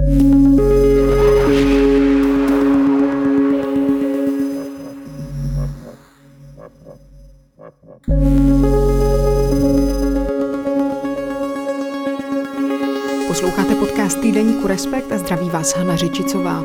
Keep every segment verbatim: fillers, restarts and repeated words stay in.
Posloucháte podcast týdeníku Respekt a zdraví vás Hana Řičicová.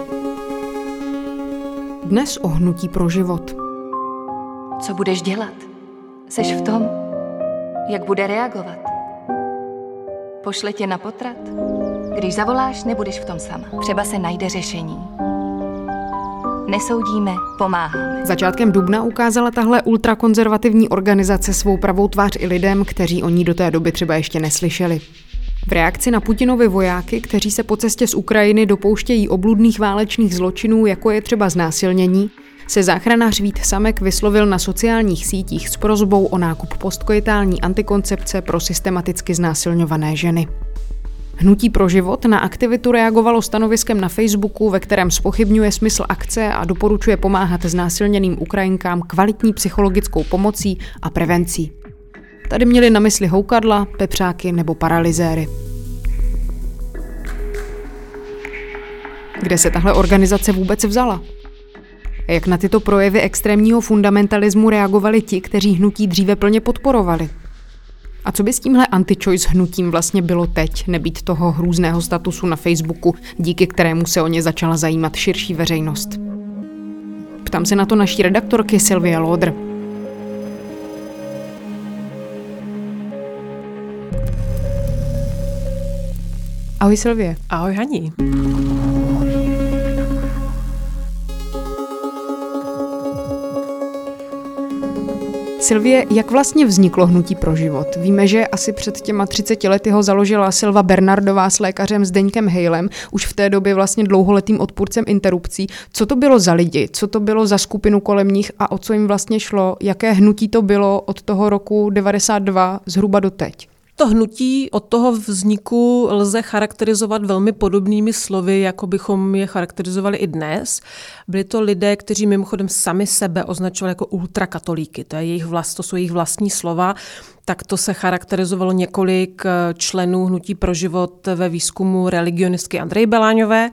Dnes o hnutí pro život. Co budeš dělat? Seš v tom? Jak bude reagovat? Pošle tě na potrat? Když zavoláš, nebudeš v tom sama. Třeba se najde řešení. Nesoudíme, pomáháme. Začátkem dubna ukázala tahle ultrakonzervativní organizace svou pravou tvář i lidem, kteří o ní do té doby třeba ještě neslyšeli. V reakci na Putinovy vojáky, kteří se po cestě z Ukrajiny dopouštějí obludných válečných zločinů, jako je třeba znásilnění, se záchranář Vít Samek vyslovil na sociálních sítích s prosbou o nákup postkoitální antikoncepce pro systematicky znásilňované ženy. Hnutí pro život na aktivitu reagovalo stanoviskem na Facebooku, ve kterém zpochybňuje smysl akce a doporučuje pomáhat znásilněným Ukrajinkám kvalitní psychologickou pomocí a prevencí. Tady měli na mysli houkadla, pepřáky nebo paralyzéry. Kde se tahle organizace vůbec vzala? A jak na tyto projevy extrémního fundamentalismu reagovali ti, kteří hnutí dříve plně podporovali? A co by s tímhle anti-choice hnutím vlastně bylo teď, nebýt toho hrůzného statusu na Facebooku, díky kterému se o ně začala zajímat širší veřejnost? Ptám se na to naší redaktorky Sylvie Lodr. Ahoj Sylvie. Ahoj Haní. Sylvie, jak vlastně vzniklo hnutí pro život? Víme, že asi před těma třiceti lety ho založila Silva Bernardová s lékařem Zdeňkem Hejlem, už v té době vlastně dlouholetým odpůrcem interrupcí. Co to bylo za lidi? Co to bylo za skupinu kolem nich a o co jim vlastně šlo? Jaké hnutí to bylo od toho roku devadesát dva zhruba do teď? To hnutí od toho vzniku lze charakterizovat velmi podobnými slovy, jako bychom je charakterizovali i dnes. Byli to lidé, kteří mimochodem sami sebe označovali jako ultrakatolíky. To, je jejich vlast, to jsou jejich vlastní slova. Tak to se charakterizovalo několik členů Hnutí pro život ve výzkumu religionistky Andreji Beláňové.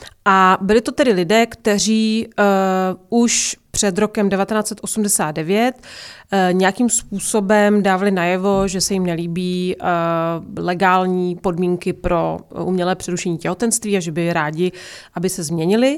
A byli to tedy lidé, kteří uh, už před rokem devatenáct set osmdesát devět uh, nějakým způsobem dávali najevo, že se jim nelíbí uh, legální podmínky pro umělé přerušení těhotenství a že by rádi, aby se změnily.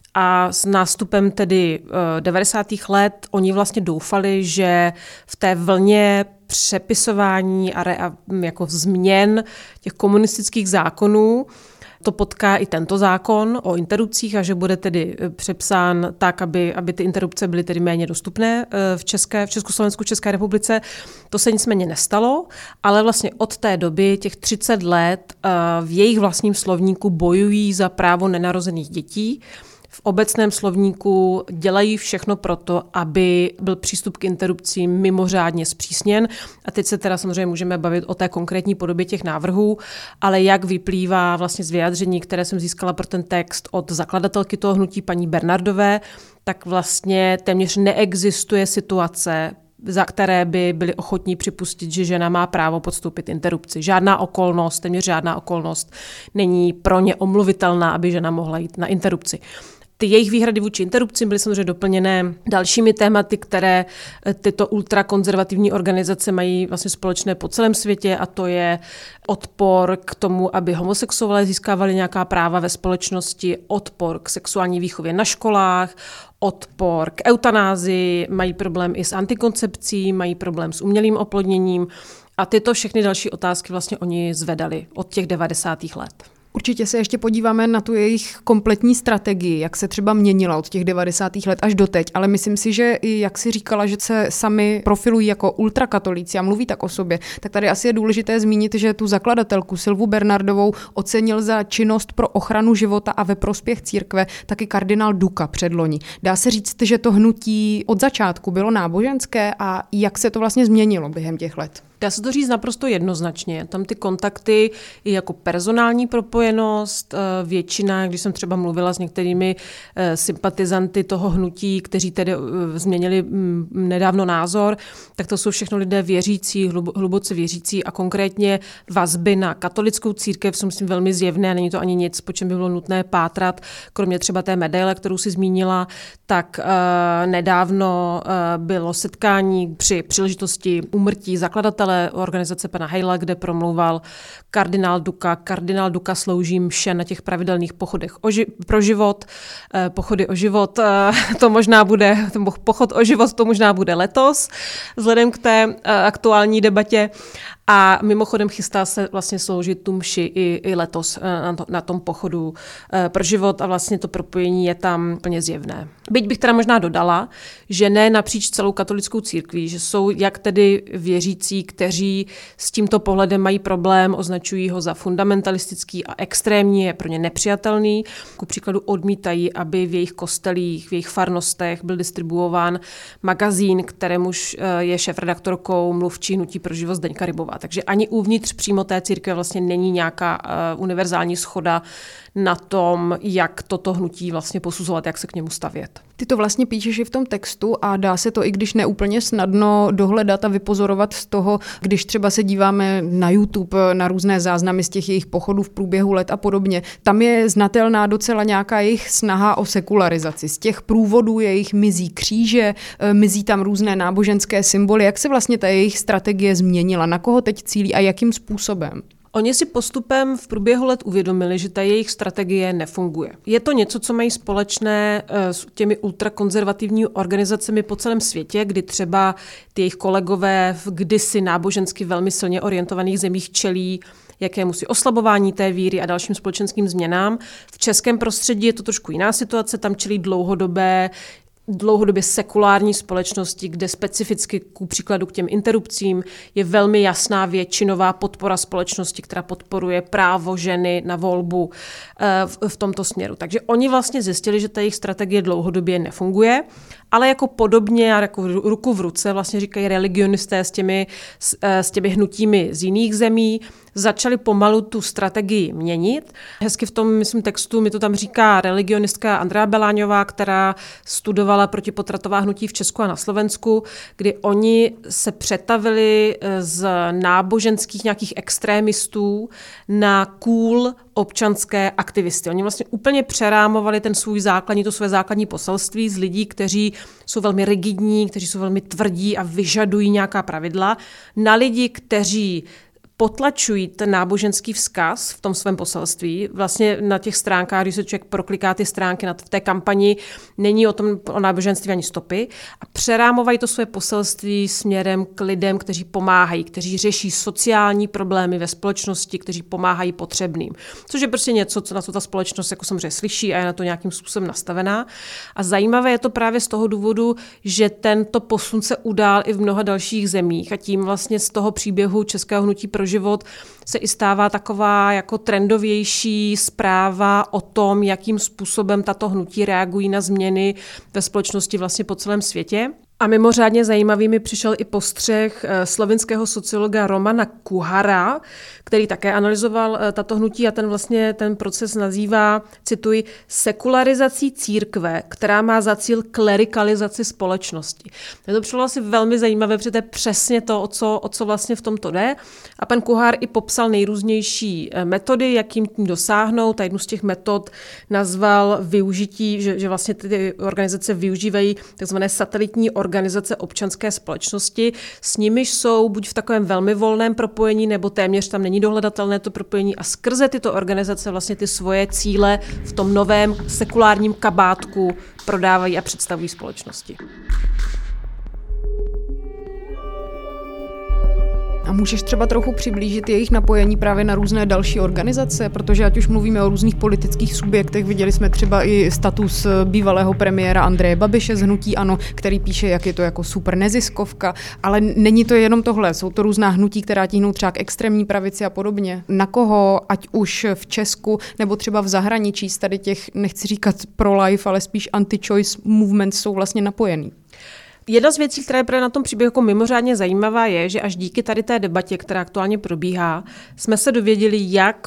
A s nástupem tedy uh, devadesátých let oni vlastně doufali, že v té vlně přepisování a, re, a jako změn těch komunistických zákonů to potká i tento zákon o interrupcích a že bude tedy přepsán tak, aby, aby ty interrupce byly tedy méně dostupné v, České, v Československu, v České republice. To se nicméně nestalo, ale vlastně od té doby, těch třicet let, v jejich vlastním slovníku bojují za právo nenarozených dětí. V obecném slovníku dělají všechno proto, aby byl přístup k interrupcím mimořádně zpřísněn. A teď se teda samozřejmě můžeme bavit o té konkrétní podobě těch návrhů, ale jak vyplývá vlastně z vyjádření, které jsem získala pro ten text od zakladatelky toho hnutí paní Bernardové, tak vlastně téměř neexistuje situace, za které by byli ochotní připustit, že žena má právo podstoupit interrupci. Žádná okolnost, téměř žádná okolnost není pro ně omluvitelná, aby žena mohla jít na interrupci. Ty jejich výhrady vůči interrupcím byly samozřejmě doplněné dalšími tématy, které tyto ultrakonzervativní organizace mají vlastně společné po celém světě, a to je odpor k tomu, aby homosexuálové získávali nějaká práva ve společnosti, odpor k sexuální výchově na školách, odpor k eutanázii, mají problém i s antikoncepcí, mají problém s umělým oplodněním a tyto všechny další otázky vlastně oni zvedali od těch devadesátých let. Určitě se ještě podíváme na tu jejich kompletní strategii, jak se třeba měnila od těch devadesátých let až do teď, ale myslím si, že i jak si říkala, že se sami profilují jako ultrakatolíci a mluví tak o sobě, tak tady asi je důležité zmínit, že tu zakladatelku Silvu Bernardovou ocenil za činnost pro ochranu života a ve prospěch církve taky kardinál Duka předloni. Dá se říct, že to hnutí od začátku bylo náboženské a jak se to vlastně změnilo během těch let? Dá se to říct naprosto jednoznačně. Tam ty kontakty i jako personální propojenost, většina, když jsem třeba mluvila s některými sympatizanty toho hnutí, kteří tedy změnili nedávno názor, tak to jsou všechno lidé věřící, hluboce věřící a konkrétně vazby na katolickou církev jsou myslím velmi zjevné a není to ani nic, po čem by bylo nutné pátrat, kromě třeba té medaile, kterou si zmínila, tak nedávno bylo setkání při příležitosti úmrtí zakladatele organizace pana Hejla, kde promlouval kardinál Duka. Kardinál Duka slouží mše na těch pravidelných pochodech o ži- pro život. Eh, pochody o život, eh, to možná bude, ten pochod o život, to možná bude letos, vzhledem k té eh, aktuální debatě. A mimochodem chystá se vlastně sloužit tu mši i, i letos na, to, na tom pochodu e, pro život a vlastně to propojení je tam plně zjevné. Byť bych teda možná dodala, že ne napříč celou katolickou církví, že jsou jak tedy věřící, kteří s tímto pohledem mají problém, označují ho za fundamentalistický a extrémní, je pro ně nepřijatelný. Ku příkladu odmítají, aby v jejich kostelích, v jejich farnostech byl distribuován magazín, kterémuž je šéfredaktorkou mluvčí Hnutí pro život Zdeňka Rybová. Takže ani uvnitř přímo té církve vlastně není nějaká uh, univerzální shoda na tom, jak toto hnutí vlastně posuzovat, jak se k němu stavět. Ty to vlastně píšeš i v tom textu a dá se to, i když neúplně snadno dohledat a vypozorovat z toho, když třeba se díváme na YouTube, na různé záznamy z těch jejich pochodů v průběhu let a podobně. Tam je znatelná docela nějaká jejich snaha o sekularizaci. Z těch průvodů jejich mizí kříže, mizí tam různé náboženské symboly. Jak se vlastně ta jejich strategie změnila? Na koho teď cílí a jakým způsobem? Oni si postupem v průběhu let uvědomili, že ta jejich strategie nefunguje. Je to něco, co mají společné s těmi ultrakonzervativními organizacemi po celém světě, kdy třeba ty jejich kolegové v kdysi nábožensky velmi silně orientovaných zemích čelí jakémusi oslabování té víry a dalším společenským změnám. V českém prostředí je to trošku jiná situace, tam čelí dlouhodobé dlouhodobě sekulární společnosti, kde specificky ku příkladu k těm interrupcím je velmi jasná většinová podpora společnosti, která podporuje právo ženy na volbu v tomto směru. Takže oni vlastně zjistili, že ta jejich strategie dlouhodobě nefunguje, ale jako podobně a jako ruku v ruce vlastně říkají religionisté s těmi, s těmi hnutími z jiných zemí, začali pomalu tu strategii měnit. Hezky v tom, myslím, textu mi to tam říká religionistka Andrea Beláňová, která studovala protipotratová hnutí v Česku a na Slovensku, kdy oni se přetavili z náboženských nějakých extrémistů na cool občanské aktivisty. Oni vlastně úplně přerámovali ten svůj základní, to své základní poselství z lidí, kteří jsou velmi rigidní, kteří jsou velmi tvrdí a vyžadují nějaká pravidla, na lidi, kteří potlačují ten náboženský vzkaz v tom svém poselství. Vlastně na těch stránkách, když se člověk prokliká ty stránky v té kampani, není o tom o náboženství ani stopy a přerámovají to své poselství směrem k lidem, kteří pomáhají, kteří řeší sociální problémy ve společnosti, kteří pomáhají potřebným. Což je prostě něco, co na co ta společnost, jako samozřejmě, slyší a je na to nějakým způsobem nastavená. A zajímavé je to právě z toho důvodu, že tento posun se udál i v mnoha dalších zemích a tím vlastně z toho příběhu Českého hnutí pro život se i stává taková jako trendovější zpráva o tom, jakým způsobem tato hnutí reagují na změny ve společnosti vlastně po celém světě. A mimořádně zajímavý mi přišel i postřeh slovinského sociologa Romana Kuhara, který také analyzoval tato hnutí a ten vlastně ten proces nazývá, cituji, sekularizací církve, která má za cíl klerikalizaci společnosti. To přišlo asi velmi zajímavé, protože to je přesně to, o co, o co vlastně v tomto jde. A pan Kuhar i popsal nejrůznější metody, jakým tím dosáhnout. A jednu z těch metod nazval využití, že, že vlastně ty organizace využívají takzvané satelitní organizace, organizace občanské společnosti, s nimiž jsou buď v takovém velmi volném propojení, nebo téměř tam není dohledatelné to propojení a skrze tyto organizace vlastně ty svoje cíle v tom novém sekulárním kabátku prodávají a představují společnosti. A můžeš třeba trochu přiblížit jejich napojení právě na různé další organizace, protože ať už mluvíme o různých politických subjektech, viděli jsme třeba i status bývalého premiéra Andreje Babiše z hnutí ANO, který píše, jak je to jako super neziskovka, ale není to jenom tohle, jsou to různá hnutí, která tíhnou třeba k extrémní pravici a podobně. Na koho, ať už v Česku nebo třeba v zahraničí, z tady těch, nechci říkat pro-life, ale spíš anti-choice movements jsou vlastně napojený? Jedna z věcí, která je právě na tom příběhu jako mimořádně zajímavá, je, že až díky tady té debatě, která aktuálně probíhá, jsme se dověděli, jak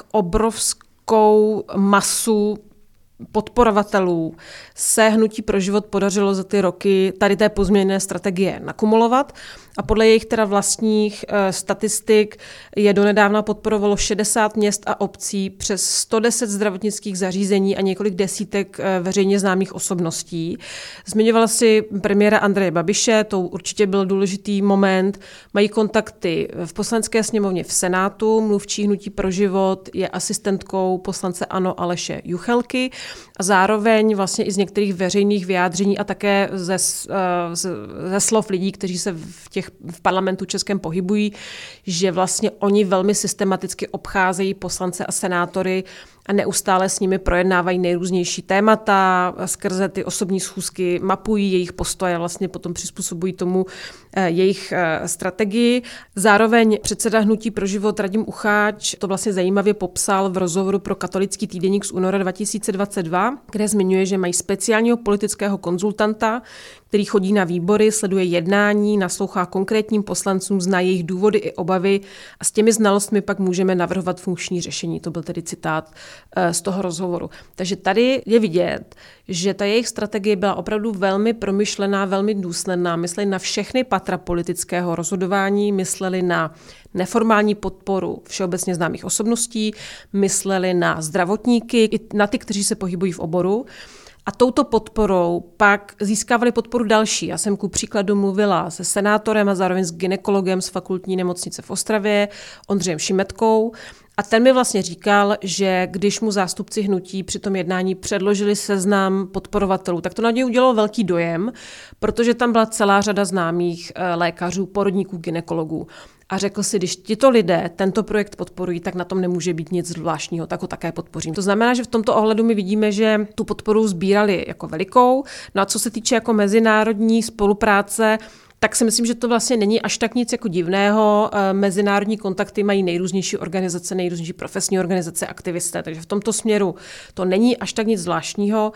obrovskou masu podporovatelů se Hnutí pro život podařilo za ty roky tady té pozměněné strategie nakumulovat a podle jejich teda vlastních e, statistik je donedávna podporovalo šedesát měst a obcí, přes sto deset zdravotnických zařízení a několik desítek e, veřejně známých osobností. Zmiňovala si premiéra Andreje Babiše, to určitě byl důležitý moment. Mají kontakty v Poslanecké sněmovně v Senátu, mluvčí Hnutí pro život je asistentkou poslance ANO Aleše Juchelky a zároveň vlastně i z některých veřejných vyjádření a také ze, ze, ze slov lidí, kteří se v těch v parlamentu českém pohybují, že vlastně oni velmi systematicky obcházejí poslance a senátory a neustále s nimi projednávají nejrůznější témata, skrze ty osobní schůzky mapují jejich postoje a vlastně potom přizpůsobují tomu jejich strategii. Zároveň předseda Hnutí pro život Radim Ucháč to vlastně zajímavě popsal v rozhovoru pro Katolický týdeník z února dva tisíce dvacet dva, kde zmiňuje, že mají speciálního politického konzultanta, který chodí na výbory, sleduje jednání, naslouchá konkrétním poslancům, zná jejich důvody i obavy a s těmi znalostmi pak můžeme navrhovat funkční řešení. To byl tedy citát z toho rozhovoru. Takže tady je vidět, že ta jejich strategie byla opravdu velmi promyšlená, velmi důsledná. Mysleli na všechny patra politického rozhodování, mysleli na neformální podporu všeobecně známých osobností, mysleli na zdravotníky, i na ty, kteří se pohybují v oboru. A touto podporou pak získávali podporu další. Já jsem ku příkladu mluvila se senátorem a zároveň s gynekologem z fakultní nemocnice v Ostravě, Ondřejem Šimetkou. A ten mi vlastně říkal, že když mu zástupci hnutí při tom jednání předložili seznam podporovatelů, tak to na něj udělalo velký dojem, protože tam byla celá řada známých lékařů, porodníků, gynekologů. A řekl si, když tito lidé tento projekt podporují, tak na tom nemůže být nic zvláštního, tak ho také podpořím. To znamená, že v tomto ohledu my vidíme, že tu podporu sbírali jako velikou. No a co se týče jako mezinárodní spolupráce, tak si myslím, že to vlastně není až tak nic jako divného. Mezinárodní kontakty mají nejrůznější organizace, nejrůznější profesní organizace, aktivisté, takže v tomto směru to není až tak nic zvláštního.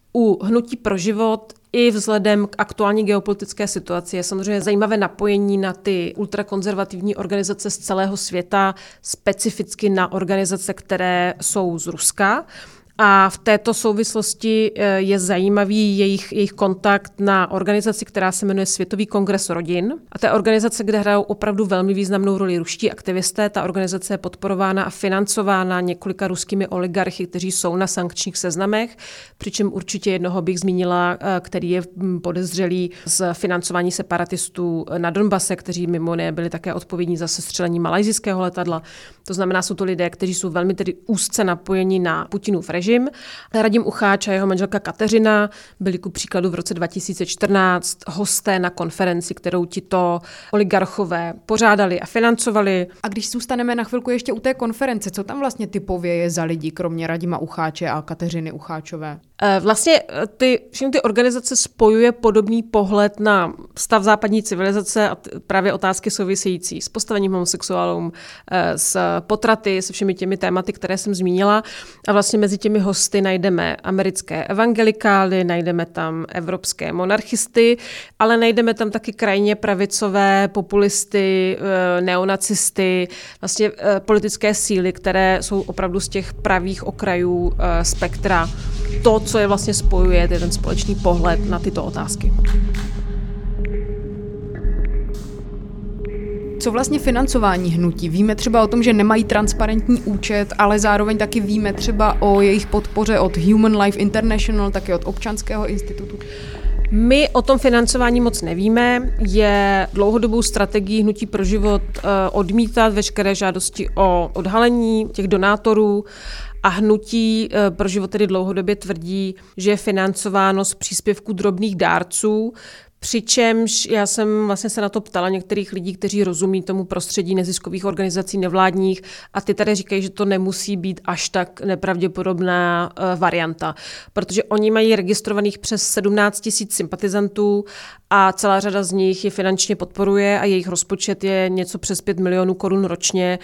U Hnutí pro život i vzhledem k aktuální geopolitické situaci je samozřejmě zajímavé napojení na ty ultrakonzervativní organizace z celého světa, specificky na organizace, které jsou z Ruska. A v této souvislosti je zajímavý jejich, jejich kontakt na organizaci, která se jmenuje Světový kongres rodin. A to je organizace, kde hrajou opravdu velmi významnou roli ruští aktivisté. Ta organizace je podporována a financována několika ruskými oligarchy, kteří jsou na sankčních seznamech. Přičem určitě jednoho bych zmínila, který je podezřelý z financování separatistů na Donbase, kteří mimo jiné byli také odpovědní za sestřelení malajsijského letadla. To znamená, jsou to lidé, kteří jsou velmi tedy úzce napojeni na Putinův režim. Radim Ucháč a jeho manželka Kateřina byli ku příkladu v roce dva tisíce čtrnáct hosté na konferenci, kterou tito oligarchové pořádali a financovali. A když zůstaneme na chvilku ještě u té konference, co tam vlastně typově je za lidi, kromě Radima Ucháče a Kateřiny Ucháčové? Vlastně ty, všechny ty organizace spojuje podobný pohled na stav západní civilizace a právě otázky související s postavením homosexuálům, s potraty, se všemi těmi tématy, které jsem zmínila. A vlastně mezi těmi hosty najdeme americké evangelikály, najdeme tam evropské monarchisty, ale najdeme tam taky krajně pravicové populisty, neonacisty, vlastně politické síly, které jsou opravdu z těch pravých okrajů spektra. To, co je vlastně spojuje, je ten společný pohled na tyto otázky. Co vlastně financování hnutí? Víme třeba o tom, že nemají transparentní účet, ale zároveň taky víme třeba o jejich podpoře od Human Life International, taky od Občanského institutu. My o tom financování moc nevíme. Je dlouhodobou strategií Hnutí pro život odmítat veškeré žádosti o odhalení těch donátorů. A Hnutí pro život tedy dlouhodobě tvrdí, že je financováno z příspěvků drobných dárců, přičemž já jsem vlastně se na to ptala některých lidí, kteří rozumí tomu prostředí neziskových organizací nevládních a ty tady říkají, že to nemusí být až tak nepravděpodobná varianta, protože oni mají registrovaných přes sedmnáct tisíc sympatizantů a celá řada z nich je finančně podporuje a jejich rozpočet je něco přes pět milionů korun ročně.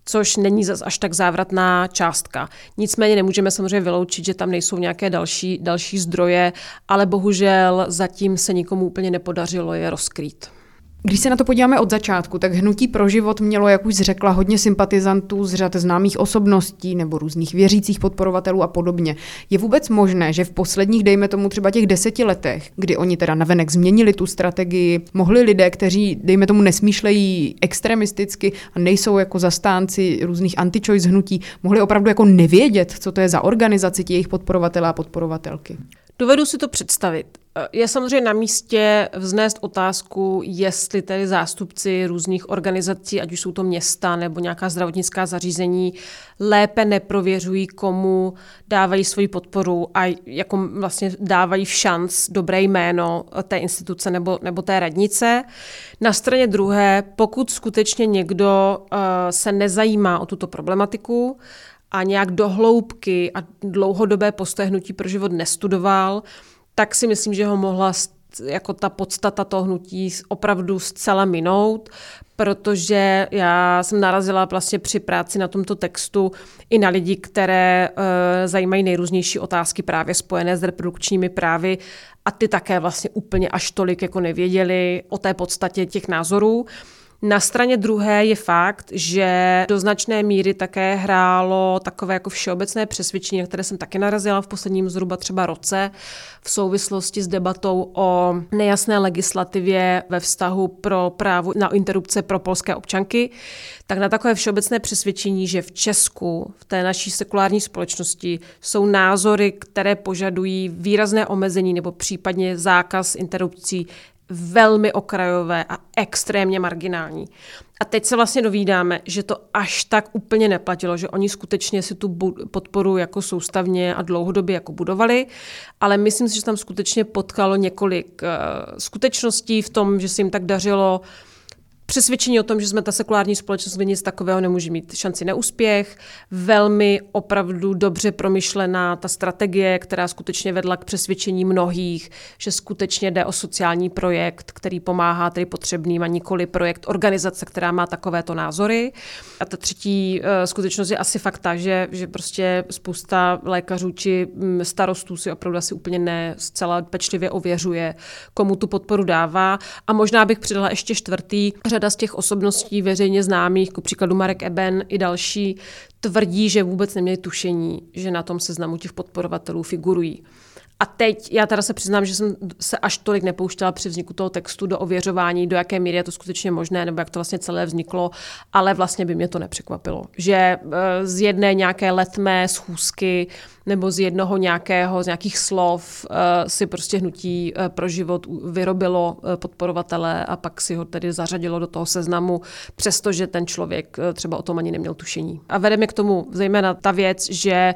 což není zas až tak závratná částka. Nicméně nemůžeme samozřejmě vyloučit, že tam nejsou nějaké další, další zdroje, ale bohužel zatím se nikomu úplně nepodařilo je rozkrýt. Když se na to podíváme od začátku, tak Hnutí pro život mělo, jak už řekla, hodně sympatizantů z řad známých osobností nebo různých věřících podporovatelů a podobně. Je vůbec možné, že v posledních, dejme tomu třeba těch deseti letech, kdy oni teda navenek změnili tu strategii, mohli lidé, kteří, dejme tomu, nesmýšlejí extremisticky a nejsou jako zastánci různých anti-choice hnutí, mohli opravdu jako nevědět, co to je za organizaci ti jejich podporovatelé a podporovatelky? Dovedu si to představit. Je samozřejmě na místě vznést otázku, jestli tedy zástupci různých organizací, ať už jsou to města nebo nějaká zdravotnická zařízení, lépe neprověřují, komu dávají svoji podporu a jako vlastně dávají v šanc dobré jméno té instituce nebo, nebo té radnice. Na straně druhé, pokud skutečně někdo uh, se nezajímá o tuto problematiku a nějak do hloubky a dlouhodobé postoje Hnutí pro život nestudoval, tak si myslím, že ho mohla jako ta podstata toho hnutí opravdu zcela minout, protože já jsem narazila vlastně při práci na tomto textu i na lidi, které e, zajímají nejrůznější otázky právě spojené s reprodukčními právy a ty také vlastně úplně až tolik jako nevěděli o té podstatě těch názorů. Na straně druhé je fakt, že do značné míry také hrálo takové jako všeobecné přesvědčení, na které jsem taky narazila v posledním zhruba třeba roce v souvislosti s debatou o nejasné legislativě ve vztahu pro právo na interrupce pro polské občanky, tak na takové všeobecné přesvědčení, že v Česku, v té naší sekulární společnosti, jsou názory, které požadují výrazné omezení nebo případně zákaz interrupcí velmi okrajové a extrémně marginální. A teď se vlastně dovídáme, že to až tak úplně neplatilo, že oni skutečně si tu podporu jako soustavně a dlouhodobě jako budovali, ale myslím si, že tam skutečně potkalo několik uh, skutečností v tom, že se jim tak dařilo přesvědčení o tom, že jsme ta sekulární společnost, kde nic takového nemůže mít šanci na úspěch, velmi opravdu dobře promyšlená ta strategie, která skutečně vedla k přesvědčení mnohých, že skutečně jde o sociální projekt, který pomáhá tedy potřebným a nikoli projekt organizace, která má takovéto názory. A ta třetí uh, skutečnost je asi fakt ta, že, že prostě spousta lékařů či starostů si opravdu asi úplně ne zcela pečlivě ověřuje, komu tu podporu dává. A možná bych přidala ještě čtvrtý. Řada z těch osobností veřejně známých, jako příkladu Marek Eben i další, tvrdí, že vůbec neměli tušení, že na tom seznamu těch podporovatelů figurují. A teď, já teda se přiznám, že jsem se až tolik nepouštěla při vzniku toho textu do ověřování, do jaké míry je to skutečně možné, nebo jak to vlastně celé vzniklo, ale vlastně by mě to nepřekvapilo. Že z jedné nějaké letmé schůzky nebo z jednoho nějakého, z nějakých slov si prostě Hnutí pro život vyrobilo podporovatele a pak si ho tedy zařadilo do toho seznamu, přestože ten člověk třeba o tom ani neměl tušení. A vede mě k tomu zejména ta věc, že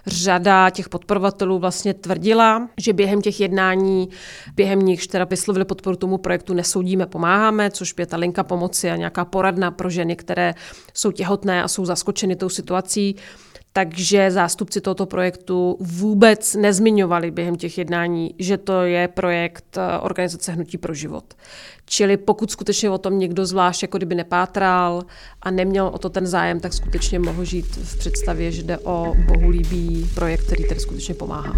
řada těch podporovatelů vlastně tvrdila, že během těch jednání, během nichž teda vyslovili podporu tomu projektu Nesoudíme, pomáháme, což je ta linka pomoci a nějaká poradna pro ženy, které jsou těhotné a jsou zaskočeny tou situací. Takže zástupci tohoto projektu vůbec nezmiňovali během těch jednání, že to je projekt organizace Hnutí pro život. Čili pokud skutečně o tom někdo zvlášť jako kdyby nepátral a neměl o to ten zájem, tak skutečně mohl žít v představě, že jde o bohulíbý projekt, který tedy skutečně pomáhá.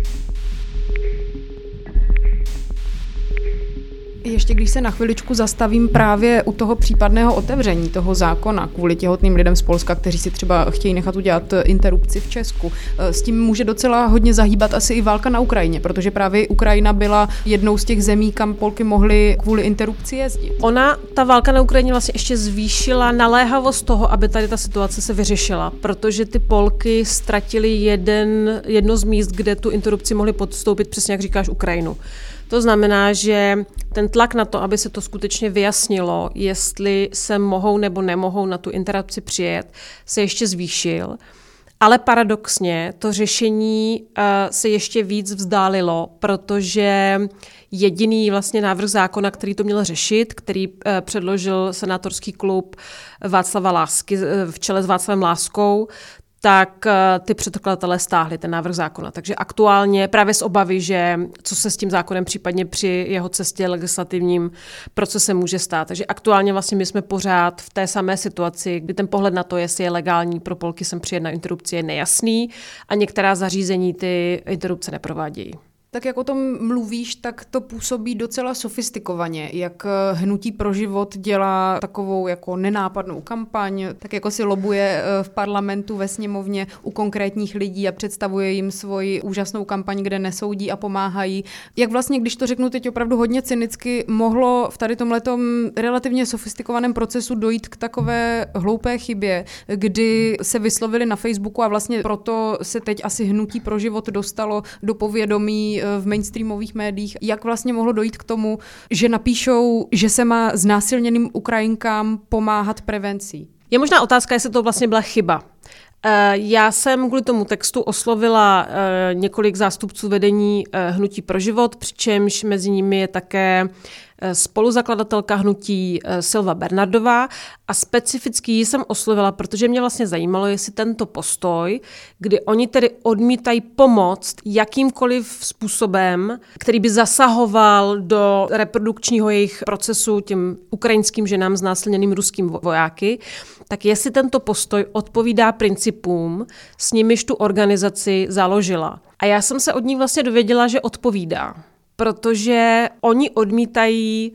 Ještě když se na chviličku zastavím právě u toho případného otevření toho zákona kvůli těhotným lidem z Polska, kteří si třeba chtějí nechat udělat interrupci v Česku. S tím může docela hodně zahýbat asi i válka na Ukrajině, protože právě Ukrajina byla jednou z těch zemí, kam Polky mohly kvůli interrupci jezdit. Ona, ta válka na Ukrajině vlastně ještě zvýšila naléhavost toho, aby tady ta situace se vyřešila, protože ty Polky ztratily jeden, jedno z míst, kde tu interrupci mohly podstoupit, přesně jak říkáš, Ukrajinu. To znamená, že ten tlak na to, aby se to skutečně vyjasnilo, jestli se mohou nebo nemohou na tu interrupci přijet, se ještě zvýšil. Ale paradoxně to řešení uh, se ještě víc vzdálilo, protože jediný vlastně návrh zákona, který to měl řešit, který uh, předložil senátorský klub Václava Lásky v čele s Václavem Láskou, tak ty předkladatelé stáhli ten návrh zákona. Takže aktuálně právě z obavy, že co se s tím zákonem případně při jeho cestě legislativním procesem může stát. Takže aktuálně vlastně my jsme pořád v té samé situaci, kdy ten pohled na to, jestli je legální pro Polky sem přijet na interrupci, je nejasný a některá zařízení ty interrupce neprovádějí. Tak jak o tom mluvíš, tak to působí docela sofistikovaně, jak Hnutí pro život dělá takovou jako nenápadnou kampaň, tak jako si lobuje v parlamentu, ve sněmovně u konkrétních lidí a představuje jim svoji úžasnou kampaň, kde nesoudí a pomáhají. Jak vlastně, když to řeknu teď opravdu hodně cynicky, mohlo v tady tomhletom relativně sofistikovaném procesu dojít k takové hloupé chybě, kdy se vyslovili na Facebooku a vlastně proto se teď asi Hnutí pro život dostalo do povědomí v mainstreamových médiích, jak vlastně mohlo dojít k tomu, že napíšou, že se má znásilněným Ukrajinkám pomáhat prevencí. Je možná otázka, jestli to vlastně byla chyba. Já jsem kvůli tomu textu oslovila několik zástupců vedení Hnutí pro život, přičemž mezi nimi je také spoluzakladatelka hnutí Silva Bernardová a specificky ji jsem oslovila, protože mě vlastně zajímalo, jestli tento postoj, kdy oni tedy odmítají pomoct jakýmkoliv způsobem, který by zasahoval do reprodukčního jejich procesu těm ukrajinským ženám znásilněným ruským vojáky, tak jestli tento postoj odpovídá principům, s nimiž tu organizaci založila. A já jsem se od ní vlastně dověděla, že odpovídá. Protože oni odmítají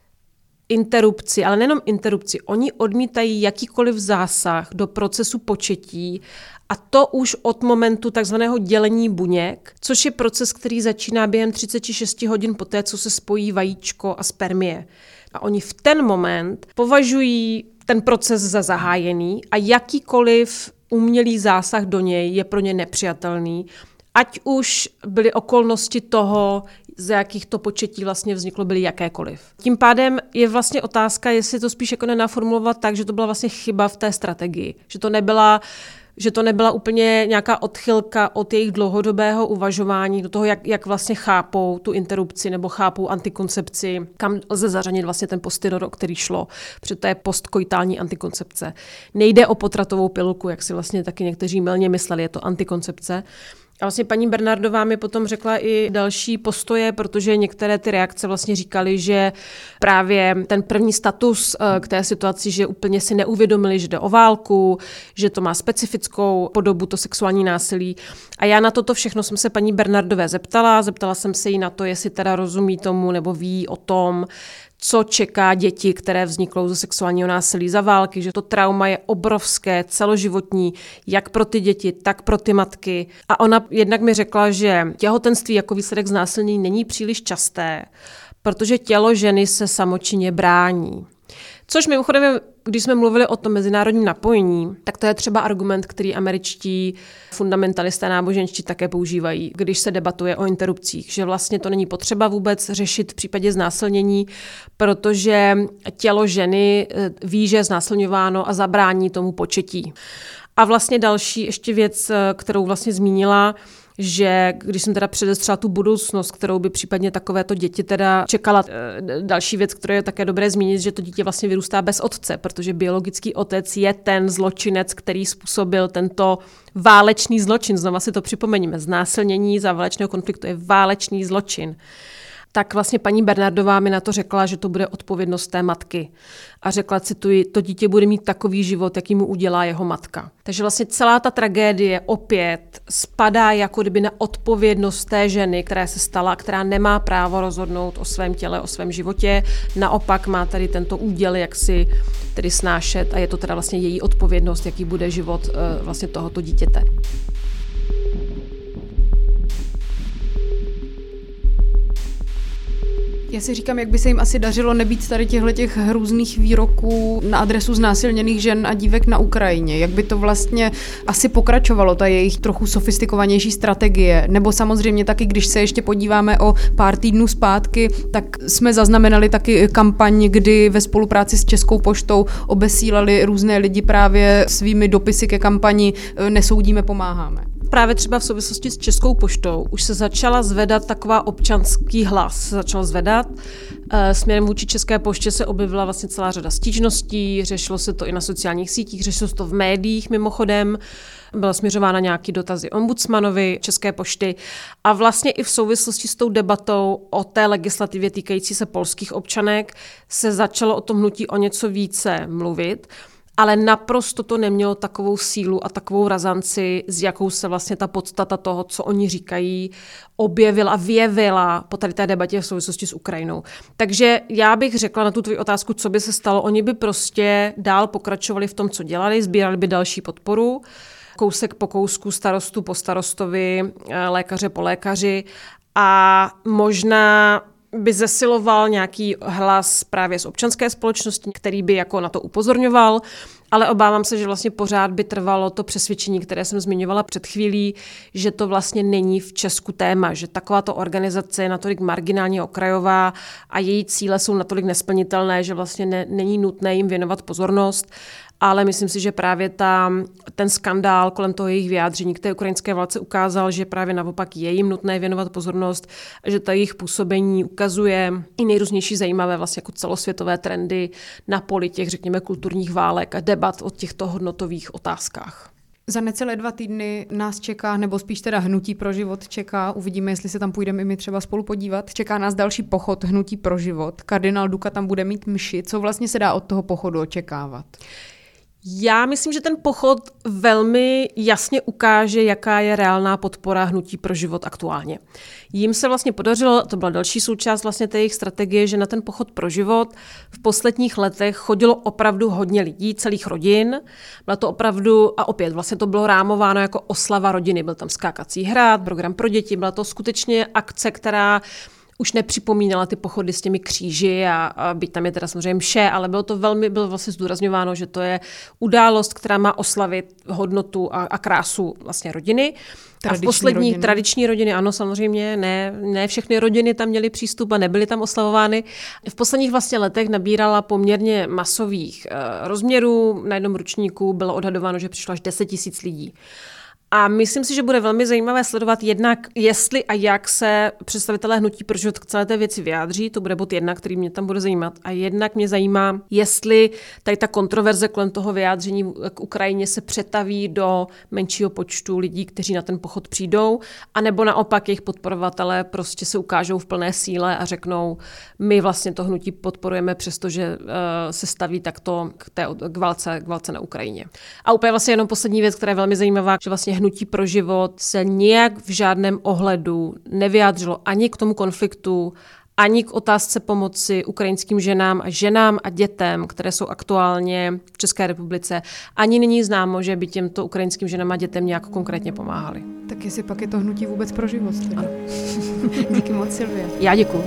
interrupci, ale nejenom interrupci, oni odmítají jakýkoliv zásah do procesu početí a to už od momentu takzvaného dělení buněk, což je proces, který začíná během třicet šest hodin poté, co se spojí vajíčko a spermie. A oni v ten moment považují ten proces za zahájený a jakýkoliv umělý zásah do něj je pro ně nepřijatelný, ať už byly okolnosti toho, za jakých to početí vlastně vzniklo, byly jakékoliv. Tím pádem je vlastně otázka, jestli to spíš jako nenaformulovat tak, že to byla vlastně chyba v té strategii. Že to nebyla, že to nebyla úplně nějaká odchylka od jejich dlouhodobého uvažování, do toho, jak, jak vlastně chápou tu interrupci nebo chápou antikoncepci, kam lze zařadit vlastně ten postyror, o který šlo, protože to je postkoitální antikoncepce. Nejde o potratovou pilulku, jak si vlastně taky někteří mylně mysleli, je to antikoncepce. A vlastně paní Bernardová mi potom řekla i další postoje, protože některé ty reakce vlastně říkaly, že právě ten první status k té situaci, že úplně si neuvědomili, že jde o válku, že to má specifickou podobu, to sexuální násilí. A já na toto všechno jsem se paní Bernardové zeptala. Zeptala jsem se jí na to, jestli teda rozumí tomu nebo ví o tom, co čeká děti, které vzniknou ze sexuálního násilí za války, že to trauma je obrovské, celoživotní, jak pro ty děti, tak pro ty matky. A ona jednak mi řekla, že těhotenství jako výsledek znásilnění není příliš časté, protože tělo ženy se samočinně brání. Což mimochodem, když jsme mluvili o tom mezinárodním napojení, tak to je třeba argument, který američtí fundamentalisté náboženští také používají, když se debatuje o interrupcích, že vlastně to není potřeba vůbec řešit v případě znásilnění, protože tělo ženy ví, že je znásilňováno a zabrání tomu početí. A vlastně další ještě věc, kterou vlastně zmínila, že když jsem teda předestřela tu budoucnost, kterou by případně takovéto děti teda čekala. Další věc, kterou je také dobré zmínit, že to dítě vlastně vyrůstá bez otce, protože biologický otec je ten zločinec, který způsobil tento válečný zločin. Znova si to připomeňme. Znásilnění za válečného konfliktu je válečný zločin. Tak vlastně paní Bernardová mi na to řekla, že to bude odpovědnost té matky. A řekla, cituji, to dítě bude mít takový život, jaký mu udělá jeho matka. Takže vlastně celá ta tragédie opět spadá jako kdyby na odpovědnost té ženy, která se stala, která nemá právo rozhodnout o svém těle, o svém životě. Naopak má tady tento úděl, jak si tedy snášet a je to teda vlastně její odpovědnost, jaký bude život vlastně tohoto dítěte. Já si říkám, jak by se jim asi dařilo nebýt tady těchto hrůzných výroků na adresu znásilněných žen a dívek na Ukrajině. Jak by to vlastně asi pokračovalo, ta jejich trochu sofistikovanější strategie. Nebo samozřejmě taky, když se ještě podíváme o pár týdnů zpátky, tak jsme zaznamenali taky kampaň, kdy ve spolupráci s Českou poštou obesílali různé lidi právě svými dopisy ke kampani Nesoudíme, pomáháme. právě třeba v souvislosti s Českou poštou už se začala zvedat taková občanský hlas, se začal zvedat. Směrem vůči České poště se objevila vlastně celá řada stížností, řešilo se to i na sociálních sítích, řešilo se to v médiích mimochodem. Byla směřována nějaký dotazy ombudsmanovi České pošty a vlastně i v souvislosti s tou debatou o té legislativě týkající se polských občanek se začalo o tom hnutí o něco více mluvit, ale naprosto to nemělo takovou sílu a takovou razanci, s jakou se vlastně ta podstata toho, co oni říkají, objevila a vyjevila po tady té debatě v souvislosti s Ukrajinou. Takže já bych řekla na tu tvoji otázku, co by se stalo. Oni by prostě dál pokračovali v tom, co dělali, sbírali by další podporu, kousek po kousku, starostu po starostovi, lékaře po lékaři a možná by zesiloval nějaký hlas právě z občanské společnosti, který by jako na to upozorňoval, ale obávám se, že vlastně pořád by trvalo to přesvědčení, které jsem zmiňovala před chvílí, že to vlastně není v Česku téma, že takováto organizace je natolik marginální a okrajová a její cíle jsou natolik nesplnitelné, že vlastně ne, není nutné jim věnovat pozornost. Ale myslím si, že právě ta, ten skandál kolem toho jejich vyjádření k té ukrajinské válce ukázal, že právě naopak je jim nutné věnovat pozornost, že ta jejich působení ukazuje i nejrůznější zajímavé vlastně jako celosvětové trendy na poli těch, řekněme, kulturních válek a debat o těchto hodnotových otázkách. Za necelé dva týdny nás čeká, nebo spíš teda Hnutí pro život čeká, uvidíme, jestli se tam půjdeme i my třeba spolu podívat, čeká nás další pochod Hnutí pro život. Kardinál Duka tam bude mít mši. Co vlastně se dá od toho pochodu očekávat? Já myslím, že ten pochod velmi jasně ukáže, jaká je reálná podpora Hnutí pro život aktuálně. Jím se vlastně podařilo, to byla další součást vlastně té jejich strategie, že na ten pochod pro život v posledních letech chodilo opravdu hodně lidí, celých rodin. Byla to opravdu, a opět vlastně to bylo rámováno jako oslava rodiny. Byl tam skákací hrad, program pro děti, byla to skutečně akce, která už nepřipomínala ty pochody s těmi kříži a, a byť tam je teda samozřejmě mše, ale bylo to velmi, bylo vlastně zdůrazňováno, že to je událost, která má oslavit hodnotu a, a krásu vlastně rodiny. Tradiční a v posledních rodiny. Tradiční rodiny, ano, samozřejmě, ne, ne všechny rodiny tam měly přístup a nebyly tam oslavovány. V posledních vlastně letech nabírala poměrně masových uh, rozměrů. Na jednom ročníku bylo odhadováno, že přišlo až deset tisíc lidí. A myslím si, že bude velmi zajímavé sledovat jednak, jestli a jak se představitelé Hnutí pro život k celé té věci vyjádří. To bude bod jedna, který mě tam bude zajímat. A jednak mě zajímá, jestli tady ta kontroverze kolem toho vyjádření k Ukrajině se přetaví do menšího počtu lidí, kteří na ten pochod přijdou, anebo naopak jejich podporovatelé prostě se ukážou v plné síle a řeknou, my vlastně to hnutí podporujeme, přestože uh, se staví takto k, té, k, válce, k válce na Ukrajině. A úplně vlastně jenom poslední věc, která je velmi zajímavá, že vlastně Hnutí pro život se nijak v žádném ohledu nevyjádřilo ani k tomu konfliktu, ani k otázce pomoci ukrajinským ženám a ženám a dětem, které jsou aktuálně v České republice. Ani není známo, že by těmto ukrajinským ženám a dětem nějak konkrétně pomáhali. Tak jestli pak je to Hnutí vůbec pro život. Díky moc, Silvie. Já děkuju.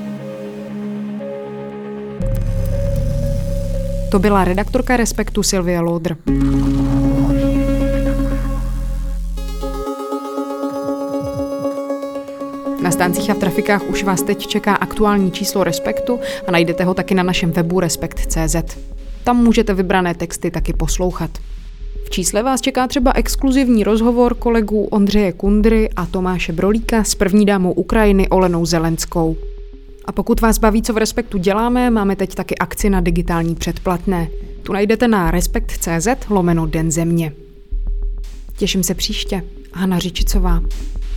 To byla redaktorka Respektu Silvie Loudr. Na stáncích a v trafikách už vás teď čeká aktuální číslo Respektu a najdete ho taky na našem webu respekt tečka cé zet. Tam můžete vybrané texty taky poslouchat. V čísle vás čeká třeba exkluzivní rozhovor kolegů Ondřeje Kundry a Tomáše Brolíka s první dámou Ukrajiny Olenou Zelenskou. A pokud vás baví, co v Respektu děláme, máme teď taky akci na digitální předplatné. Tu najdete na respekt tečka cé zet lomeno Den země. Těším se příště. Hana Řičicová.